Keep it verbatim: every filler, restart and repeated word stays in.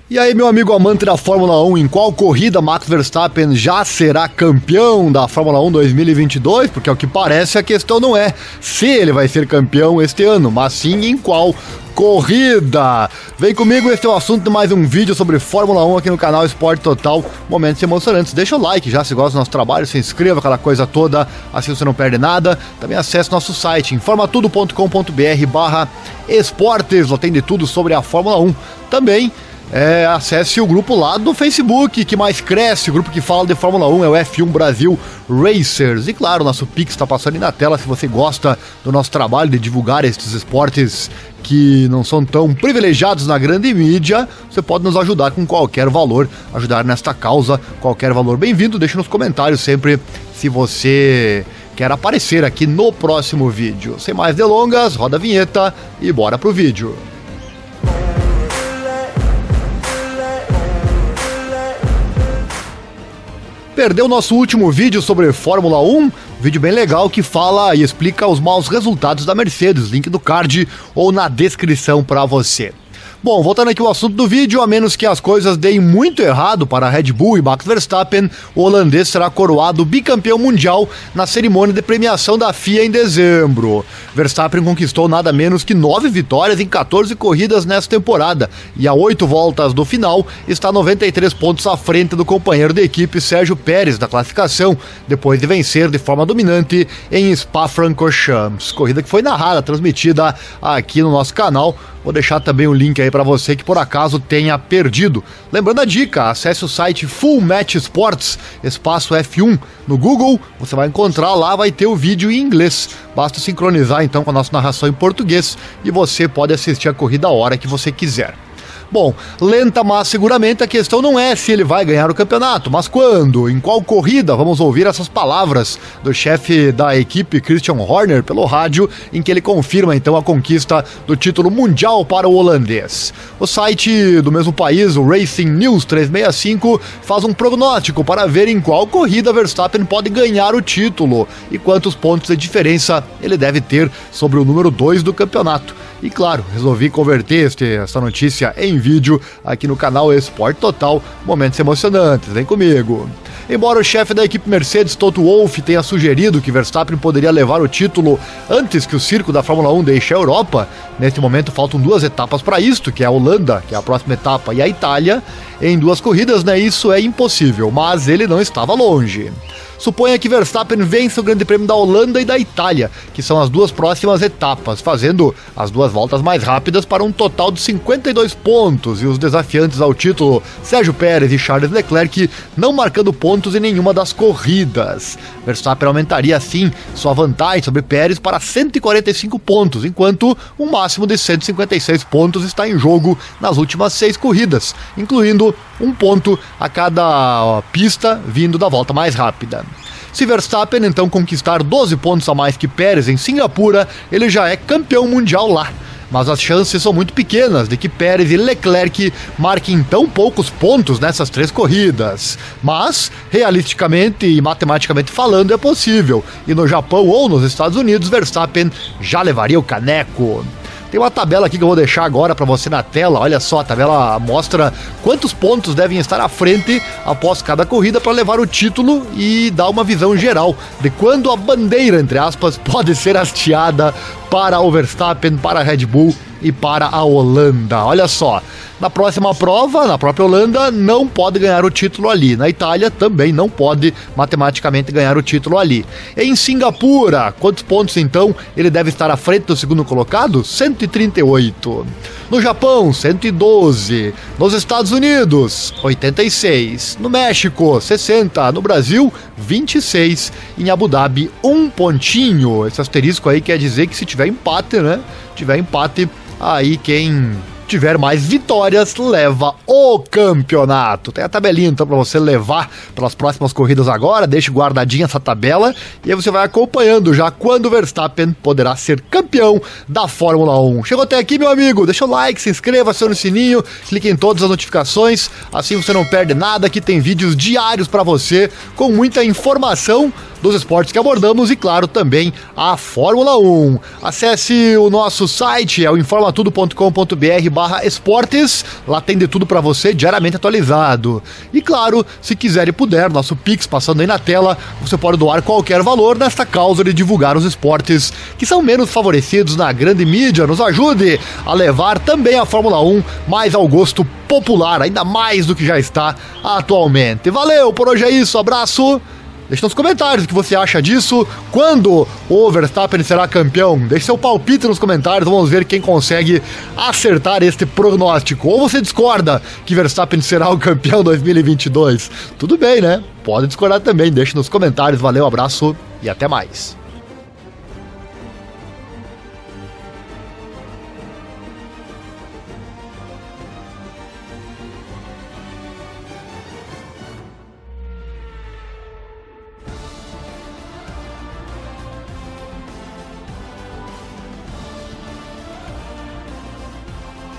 E aí, meu amigo amante da Fórmula um, em qual corrida Max Verstappen já será campeão da Fórmula um dois mil e vinte e dois? Porque ao que parece a questão não é se ele vai ser campeão este ano, mas sim em qual corrida. Vem comigo, esse é o assunto de mais um vídeo sobre Fórmula um aqui no canal Esporte Total. Momentos emocionantes. Deixa o like já se gosta do nosso trabalho, se inscreva, aquela coisa toda, assim você não perde nada. Também acesse nosso site informatudo ponto com ponto br barra esportes, lá tem de tudo sobre a Fórmula um. Também É, acesse o grupo lá do Facebook, que mais cresce, o grupo que fala de Fórmula um é o F um Brasil Racers. E claro, nosso Pix está passando aí na tela, se você gosta do nosso trabalho de divulgar estes esportes que não são tão privilegiados na grande mídia, você pode nos ajudar com qualquer valor, ajudar nesta causa, qualquer valor bem-vindo. Deixe nos comentários sempre se você quer aparecer aqui no próximo vídeo. Sem mais delongas, roda a vinheta e bora pro vídeo. Perdeu o nosso último vídeo sobre Fórmula um? Vídeo bem legal que fala e explica os maus resultados da Mercedes, link do card ou na descrição para você. Bom, voltando aqui ao assunto do vídeo, a menos que as coisas deem muito errado para a Red Bull e Max Verstappen, o holandês será coroado bicampeão mundial na cerimônia de premiação da F I A em dezembro. Verstappen conquistou nada menos que nove vitórias em quatorze corridas nesta temporada e a oito voltas do final está noventa e três pontos à frente do companheiro de equipe Sérgio Pérez da classificação, depois de vencer de forma dominante em Spa-Francorchamps. Corrida que foi narrada, transmitida aqui no nosso canal. Vou deixar também o link aí para você que por acaso tenha perdido. Lembrando a dica, acesse o site Full Match Sports, espaço F um no Google, você vai encontrar lá, vai ter o vídeo em inglês. Basta sincronizar então com a nossa narração em português e você pode assistir a corrida a hora que você quiser. Bom, lenta, mas seguramente a questão não é se ele vai ganhar o campeonato, mas quando, em qual corrida. Vamos ouvir essas palavras do chefe da equipe, Christian Horner, pelo rádio, em que ele confirma então a conquista do título mundial para o holandês. O site do mesmo país, o Racing News trezentos e sessenta e cinco, faz um prognóstico para ver em qual corrida Verstappen pode ganhar o título e quantos pontos de diferença ele deve ter sobre o número dois do campeonato. E claro, resolvi converter este, essa notícia em vídeo aqui no canal Esporte Total. Momentos emocionantes, vem comigo. Embora o chefe da equipe Mercedes, Toto Wolff, tenha sugerido que Verstappen poderia levar o título antes que o circo da Fórmula um deixe a Europa, neste momento faltam duas etapas para isto, que é a Holanda, que é a próxima etapa, e a Itália. Em duas corridas, né, isso é impossível, mas ele não estava longe. Suponha que Verstappen vença o Grande Prêmio da Holanda e da Itália, que são as duas próximas etapas, fazendo as duas voltas mais rápidas para um total de cinquenta e dois pontos, e os desafiantes ao título, Sérgio Pérez e Charles Leclerc, não marcando pontos em nenhuma das corridas. Verstappen aumentaria assim sua vantagem sobre Pérez para cento e quarenta e cinco pontos, enquanto um máximo de cento e cinquenta e seis pontos está em jogo nas últimas seis corridas, incluindo um ponto a cada pista vindo da volta mais rápida. Se Verstappen então conquistar doze pontos a mais que Pérez em Singapura, ele já é campeão mundial lá. Mas as chances são muito pequenas de que Pérez e Leclerc marquem tão poucos pontos nessas três corridas. Mas, realisticamente e matematicamente falando, é possível. E no Japão ou nos Estados Unidos, Verstappen já levaria o caneco. Tem uma tabela aqui que eu vou deixar agora para você na tela. Olha só, a tabela mostra quantos pontos devem estar à frente após cada corrida para levar o título e dá uma visão geral de quando a bandeira, entre aspas, pode ser hasteada para o Verstappen, para a Red Bull e para a Holanda. Olha só, na próxima prova, na própria Holanda, não pode ganhar o título ali. Na Itália também não pode matematicamente ganhar o título ali. Em Singapura, quantos pontos então ele deve estar à frente do segundo colocado? cento e trinta e oito. No Japão, cento e doze. Nos Estados Unidos, oitenta e seis. No México, sessenta. No Brasil, vinte e seis. Em Abu Dhabi, um pontinho. Esse asterisco aí quer dizer que se tiver empate, né? Tiver empate, aí quem tiver mais vitórias leva o campeonato. Tem a tabelinha então para você levar pelas próximas corridas agora. Deixe guardadinha essa tabela e aí você vai acompanhando já quando o Verstappen poderá ser campeão da Fórmula um. Chegou até aqui, meu amigo? Deixa o like, se inscreva, acione o sininho, clique em todas as notificações, assim você não perde nada. Aqui tem vídeos diários para você com muita informação dos esportes que abordamos e, claro, também a Fórmula um. Acesse o nosso site, é o informa tudo ponto com ponto b r barra esportes, lá tem de tudo para você, diariamente atualizado. E, claro, se quiser e puder, nosso Pix passando aí na tela, você pode doar qualquer valor nesta causa de divulgar os esportes que são menos favorecidos na grande mídia. Nos ajude a levar também a Fórmula um mais ao gosto popular, ainda mais do que já está atualmente. Valeu, por hoje é isso, abraço. Deixe nos comentários o que você acha disso. Quando o Verstappen será campeão? Deixe seu palpite nos comentários. Vamos ver quem consegue acertar este prognóstico. Ou você discorda que Verstappen será o campeão dois mil e vinte e dois? Tudo bem, né? Pode discordar também. Deixe nos comentários. Valeu, abraço e até mais.